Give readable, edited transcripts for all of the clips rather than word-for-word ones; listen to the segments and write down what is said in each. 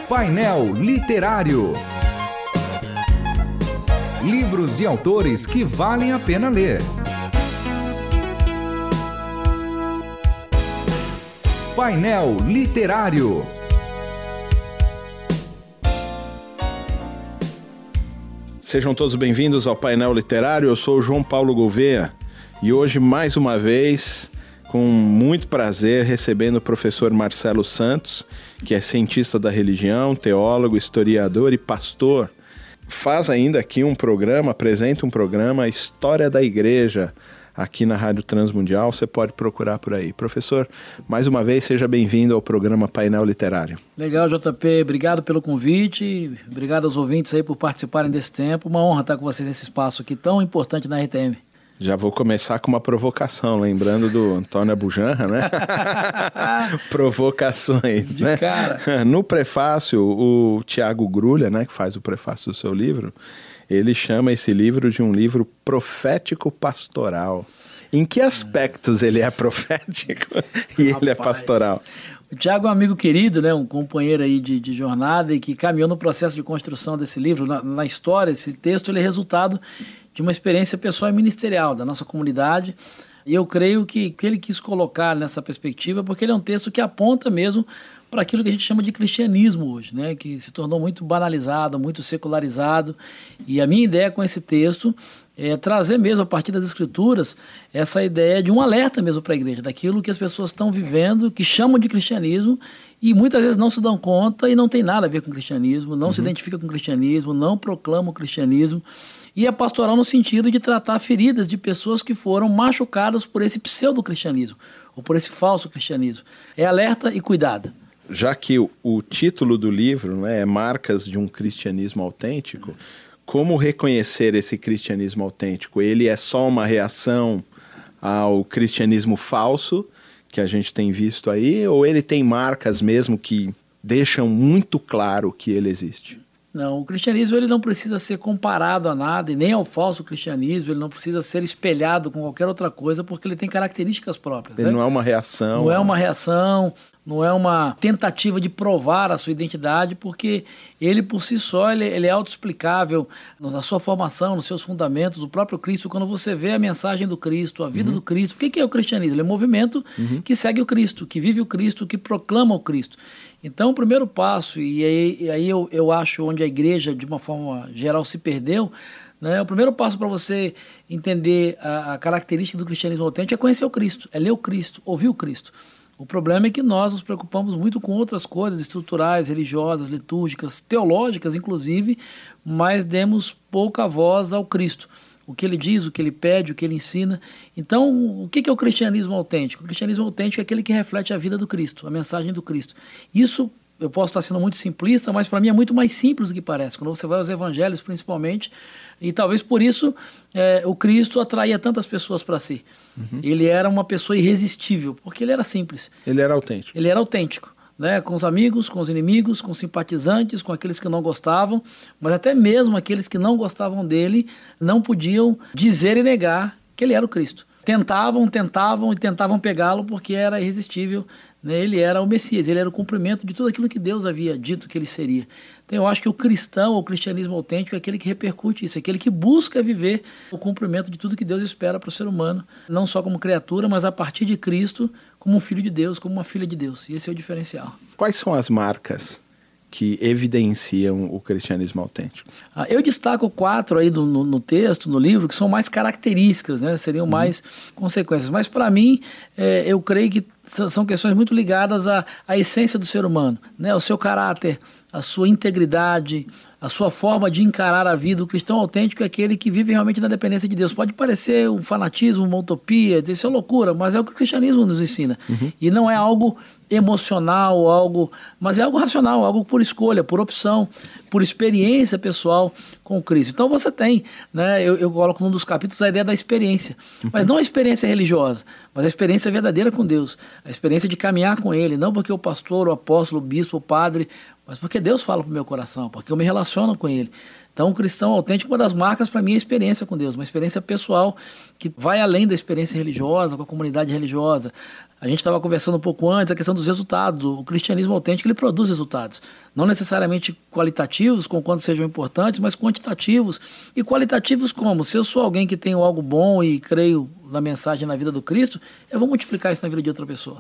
Painel Literário. Livros e autores que valem a pena ler. Painel Literário. Sejam todos bem-vindos ao Painel Literário. Eu sou o João Paulo Gouveia e hoje, mais uma vez, com muito prazer, recebendo o professor Marcelo Santos, que é cientista da religião, teólogo, historiador e pastor. Faz ainda aqui apresenta um programa, História da Igreja, aqui na Rádio Transmundial. Você pode procurar por aí. Professor, mais uma vez, seja bem-vindo ao programa Painel Literário. Legal, JP. Obrigado pelo convite. Obrigado aos ouvintes aí por participarem desse tempo. Uma honra estar com vocês nesse espaço aqui tão importante na RTM. Já vou começar com uma provocação, lembrando do Antônio Abujanra, né? Provocações, de né? Cara. No prefácio, o Tiago Grulha, né, que faz o prefácio do seu livro, ele chama esse livro de um livro profético-pastoral. Em que aspectos ele é profético e ele é pastoral? O Tiago é um amigo querido, né? Um companheiro aí de jornada e que caminhou no processo de construção desse livro. Na história, esse texto ele é resultado de uma experiência pessoal e ministerial da nossa comunidade. E eu creio que ele quis colocar nessa perspectiva porque ele é um texto que aponta mesmo para aquilo que a gente chama de cristianismo hoje, né? Que se tornou muito banalizado, muito secularizado. E a minha ideia com esse texto é trazer mesmo, a partir das Escrituras, essa ideia de um alerta mesmo para a igreja, daquilo que as pessoas estão vivendo, que chamam de cristianismo, e muitas vezes não se dão conta e não tem nada a ver com o cristianismo, não se identifica com o cristianismo, não proclama o cristianismo. E é pastoral no sentido de tratar feridas de pessoas que foram machucadas por esse pseudo-cristianismo, ou por esse falso cristianismo. É alerta e cuidado. Já que o título do livro, né, é Marcas de um Cristianismo Autêntico, como reconhecer esse cristianismo autêntico? Ele é só uma reação ao cristianismo falso que a gente tem visto aí, ou ele tem marcas mesmo que deixam muito claro que ele existe? Não, o cristianismo ele não precisa ser comparado a nada, e nem ao falso cristianismo, ele não precisa ser espelhado com qualquer outra coisa, porque ele tem características próprias. Ele não é uma reação. Não é uma reação, não é uma tentativa de provar a sua identidade, porque ele por si só ele é autoexplicável na sua formação, nos seus fundamentos. O próprio Cristo, quando você vê a mensagem do Cristo, a vida do Cristo, o que é o cristianismo? Ele é um movimento que segue o Cristo, que vive o Cristo, que proclama o Cristo. Então, o primeiro passo, e aí eu acho onde a igreja, de uma forma geral, se perdeu, né? O primeiro passo para você entender a característica do cristianismo autêntico é conhecer o Cristo, é ler o Cristo, ouvir o Cristo. O problema é que nós nos preocupamos muito com outras coisas estruturais, religiosas, litúrgicas, teológicas, inclusive, mas demos pouca voz ao Cristo. O que ele diz, o que ele pede, o que ele ensina. Então, o que é o cristianismo autêntico? O cristianismo autêntico é aquele que reflete a vida do Cristo, a mensagem do Cristo. Isso, eu posso estar sendo muito simplista, mas para mim é muito mais simples do que parece. Quando você vai aos evangelhos, principalmente, e talvez por isso o Cristo atraía tantas pessoas para si. Ele era uma pessoa irresistível, porque ele era simples. Ele era autêntico. Ele era autêntico. Né, com os amigos, com os inimigos, com os simpatizantes, com aqueles que não gostavam, mas até mesmo aqueles que não gostavam dele não podiam dizer e negar que ele era o Cristo. Tentavam pegá-lo porque era irresistível, né? Ele era o Messias, ele era o cumprimento de tudo aquilo que Deus havia dito que ele seria. Então eu acho que o cristão, o cristianismo autêntico é aquele que repercute isso, é aquele que busca viver o cumprimento de tudo que Deus espera para o ser humano, não só como criatura, mas a partir de Cristo, como um filho de Deus, como uma filha de Deus. E esse é o diferencial. Quais são as marcas que evidenciam o cristianismo autêntico? Eu destaco 4 aí no texto, no livro, que são mais características, né? Seriam mais consequências. Mas para mim, eu creio que são questões muito ligadas à essência do ser humano, né? O seu caráter, a sua integridade, a sua forma de encarar a vida. O cristão autêntico é aquele que vive realmente na dependência de Deus. Pode parecer um fanatismo, uma utopia, dizer isso é loucura, mas é o que o cristianismo nos ensina. E não é algo emocional, mas é algo racional, algo por escolha, por opção, por experiência pessoal com Cristo. Então você tem, né, eu coloco num dos capítulos a ideia da experiência, mas não a experiência religiosa, mas a experiência verdadeira com Deus, a experiência de caminhar com Ele, não porque o pastor, o apóstolo, o bispo, o padre, mas porque Deus fala para o meu coração, porque eu me relaciono com Ele. Então, o cristão autêntico, uma das marcas para mim é a experiência com Deus, uma experiência pessoal que vai além da experiência religiosa, com a comunidade religiosa. A gente estava conversando um pouco antes a questão dos resultados. O cristianismo autêntico ele produz resultados, não necessariamente qualitativos, conquanto sejam importantes, mas quantitativos. E qualitativos como? Se eu sou alguém que tenho algo bom e creio na mensagem na vida do Cristo, eu vou multiplicar isso na vida de outra pessoa.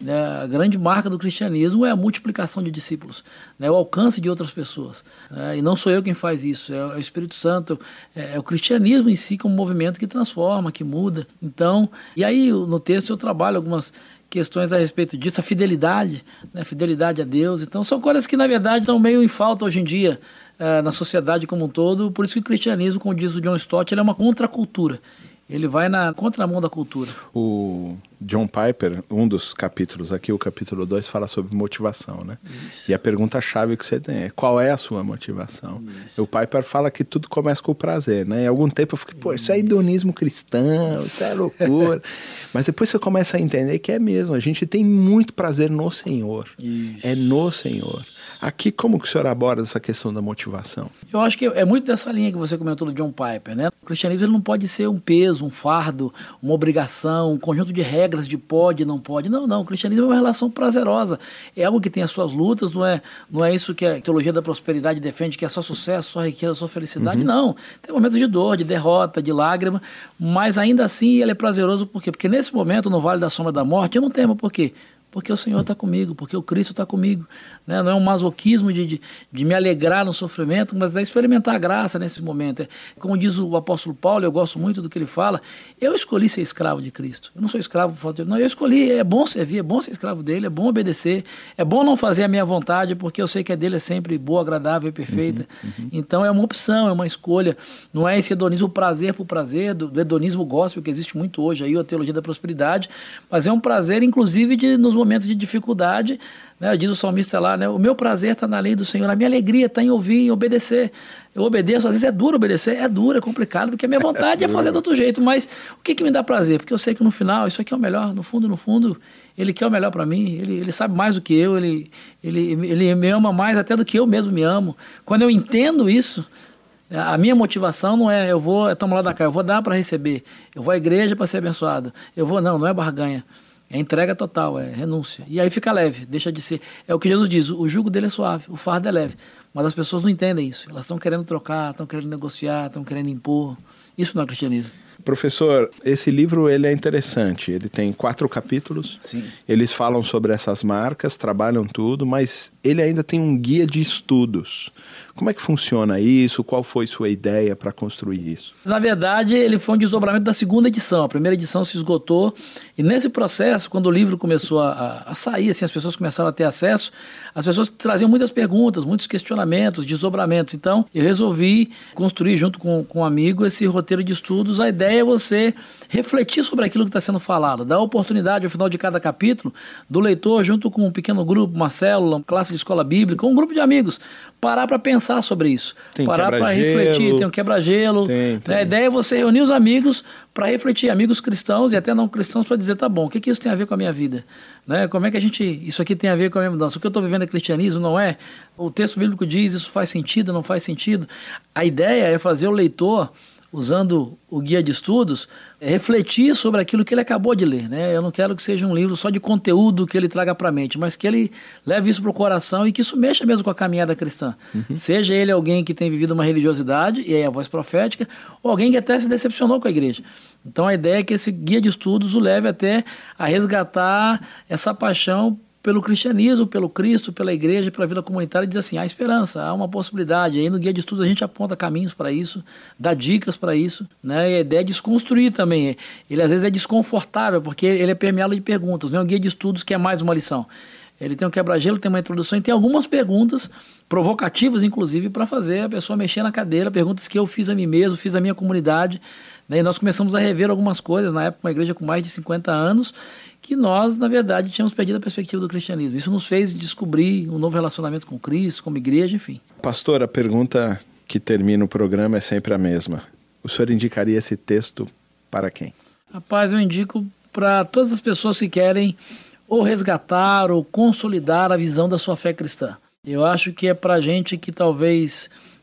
A grande marca do cristianismo é a multiplicação de discípulos, o alcance de outras pessoas. E não sou eu quem faz isso, é o Espírito Santo, é o cristianismo em si como um movimento que transforma, que muda. Então, e aí no texto eu trabalho algumas questões a respeito disso, a fidelidade, fidelidade a Deus. Então são coisas que na verdade estão meio em falta hoje em dia na sociedade como um todo, por isso que o cristianismo, como diz o John Stott, ele é uma contracultura. Ele vai na contramão da cultura. O John Piper, um dos capítulos aqui, o capítulo 2, fala sobre motivação, né? Isso. E a pergunta-chave que você tem é, qual é a sua motivação? Isso. O Piper fala que tudo começa com o prazer, né? Em algum tempo eu fiquei, isso é hedonismo cristão, isso é loucura. Mas depois você começa a entender que é mesmo, a gente tem muito prazer no Senhor. Isso. É no Senhor. Aqui, como que o senhor aborda essa questão da motivação? Eu acho que é muito dessa linha que você comentou do John Piper, né? O cristianismo ele não pode ser um peso, um fardo, uma obrigação, um conjunto de regras de pode e não pode. Não. O cristianismo é uma relação prazerosa. É algo que tem as suas lutas, não é isso que a teologia da prosperidade defende, que é só sucesso, só riqueza, só felicidade. Não. Tem momentos de dor, de derrota, de lágrima, mas ainda assim ele é prazeroso. Por quê? Porque nesse momento, no Vale da Sombra da Morte, eu não temo. Por quê? Porque o Senhor está comigo, porque o Cristo está comigo. Né? Não é um masoquismo de me alegrar no sofrimento, mas é experimentar a graça nesse momento. Como diz o apóstolo Paulo, eu gosto muito do que ele fala, eu escolhi ser escravo de Cristo. Eu não sou escravo por falta de... Não, eu escolhi, é bom servir, é bom ser escravo dele, é bom obedecer, é bom não fazer a minha vontade, porque eu sei que a dele é sempre boa, agradável e perfeita. Então é uma opção, é uma escolha. Não é esse hedonismo prazer por prazer, do hedonismo gospel que existe muito hoje, aí a teologia da prosperidade, mas é um prazer, inclusive, nos momentos de dificuldade, né? Diz o salmista lá, né? O meu prazer está na lei do Senhor, a minha alegria está em ouvir, em obedecer. Eu obedeço, às vezes é duro obedecer, é duro, é complicado, porque a minha vontade é fazer de outro jeito, mas o que me dá prazer? Porque eu sei que no final, isso aqui é o melhor, no fundo, ele quer o melhor para mim, ele sabe mais do que eu, ele me ama mais até do que eu mesmo me amo. Quando eu entendo isso, a minha motivação não é, toma lá da cá, eu vou dar para receber, eu vou à igreja para ser abençoado, não é barganha. É entrega total, é renúncia. E aí fica leve, deixa de ser. É o que Jesus diz, o jugo dele é suave, o fardo é leve. Mas as pessoas não entendem isso. Elas estão querendo trocar, estão querendo negociar, estão querendo impor. Isso não é cristianismo. Professor, esse livro ele é interessante. Ele tem 4 capítulos. Sim. Eles falam sobre essas marcas, trabalham tudo, mas ele ainda tem um guia de estudos. Como é que funciona isso? Qual foi sua ideia para construir isso? Na verdade, ele foi um desdobramento da segunda edição. A primeira edição se esgotou e nesse processo, quando o livro começou a sair, assim, as pessoas começaram a ter acesso, as pessoas traziam muitas perguntas, muitos questionamentos, desdobramentos. Então, eu resolvi construir junto com um amigo esse roteiro de estudos. A ideia é você refletir sobre aquilo que está sendo falado, dar a oportunidade, ao final de cada capítulo, do leitor, junto com um pequeno grupo, uma célula, uma classe de escola bíblica, um grupo de amigos, parar para pensar sobre isso, tem parar para refletir, tem um quebra-gelo. A ideia é você reunir os amigos para refletir, amigos cristãos e até não cristãos, para dizer, tá bom, o que isso tem a ver com a minha vida? Né? Como é que isso aqui tem a ver com a minha mudança? O que eu estou vivendo é cristianismo, não é? O texto bíblico diz, isso faz sentido, não faz sentido? A ideia é fazer o leitor, usando o guia de estudos, refletir sobre aquilo que ele acabou de ler. Né? Eu não quero que seja um livro só de conteúdo que ele traga para a mente, mas que ele leve isso para o coração e que isso mexa mesmo com a caminhada cristã. Seja ele alguém que tem vivido uma religiosidade, e aí a voz profética, ou alguém que até se decepcionou com a igreja. Então a ideia é que esse guia de estudos o leve até a resgatar essa paixão pelo cristianismo, pelo Cristo, pela igreja, pela vida comunitária, e diz assim, há esperança, há uma possibilidade. Aí no guia de estudos a gente aponta caminhos para isso, dá dicas para isso, né? E a ideia é desconstruir também. Ele às vezes é desconfortável, porque ele é permeado de perguntas. Não é um guia de estudos que é mais uma lição. Ele tem um quebra-gelo, tem uma introdução e tem algumas perguntas provocativas, inclusive, para fazer a pessoa mexer na cadeira, perguntas que eu fiz a mim mesmo, fiz à minha comunidade. Né? E nós começamos a rever algumas coisas, na época uma igreja com mais de 50 anos, que nós, na verdade, tínhamos perdido a perspectiva do cristianismo. Isso nos fez descobrir um novo relacionamento com Cristo, como igreja, enfim. Pastor, a pergunta que termina o programa é sempre a mesma. O senhor indicaria esse texto para quem? Rapaz, eu indico para todas as pessoas que querem ou resgatar ou consolidar a visão da sua fé cristã. Eu acho que é para gente que talvez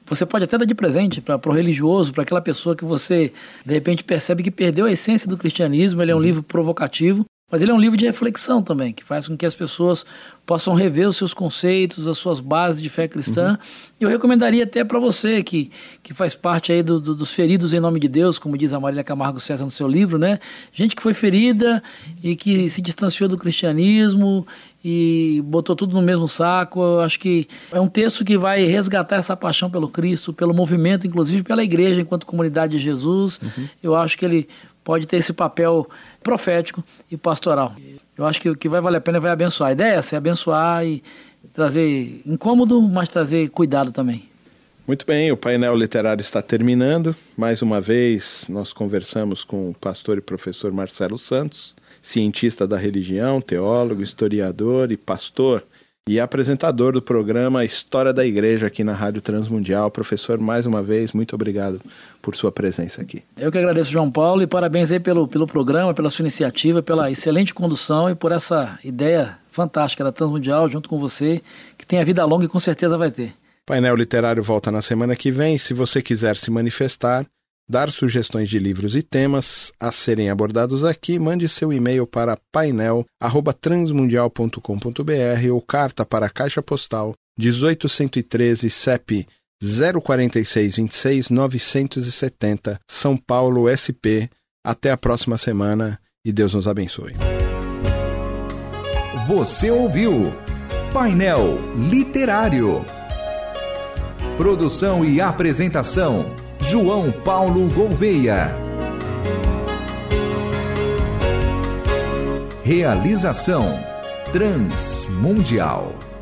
você pode até dar de presente para o religioso, para aquela pessoa que você, de repente, percebe que perdeu a essência do cristianismo. Ele é um livro provocativo, mas ele é um livro de reflexão também, que faz com que as pessoas possam rever os seus conceitos, as suas bases de fé cristã. Eu recomendaria até para você que faz parte aí dos feridos em nome de Deus, como diz a Marília Camargo César no seu livro, né? Gente que foi ferida e que se distanciou do cristianismo e botou tudo no mesmo saco. Eu acho que é um texto que vai resgatar essa paixão pelo Cristo, pelo movimento, inclusive pela igreja enquanto comunidade de Jesus. Eu acho que ele pode ter esse papel profético e pastoral. Eu acho que o que vai valer a pena vai abençoar. A ideia é essa, é abençoar e trazer incômodo, mas trazer cuidado também. Muito bem, o painel literário está terminando. Mais uma vez, nós conversamos com o pastor e professor Marcelo Santos, cientista da religião, teólogo, historiador e pastor, e apresentador do programa História da Igreja aqui na Rádio Transmundial. Professor, mais uma vez, muito obrigado por sua presença aqui. Eu que agradeço, João Paulo, e parabéns aí pelo programa, pela sua iniciativa, pela excelente condução e por essa ideia fantástica da Transmundial junto com você, que tem a vida longa e com certeza vai ter. O painel literário volta na semana que vem. Se você quiser se manifestar, dar sugestões de livros e temas a serem abordados aqui, mande seu e-mail para painel@transmundial.com.br ou carta para a Caixa Postal 1813 CEP 04626 970 São Paulo SP. Até a próxima semana e Deus nos abençoe. Você ouviu Painel Literário. Produção e apresentação João Paulo Gouveia. Realização Transmundial.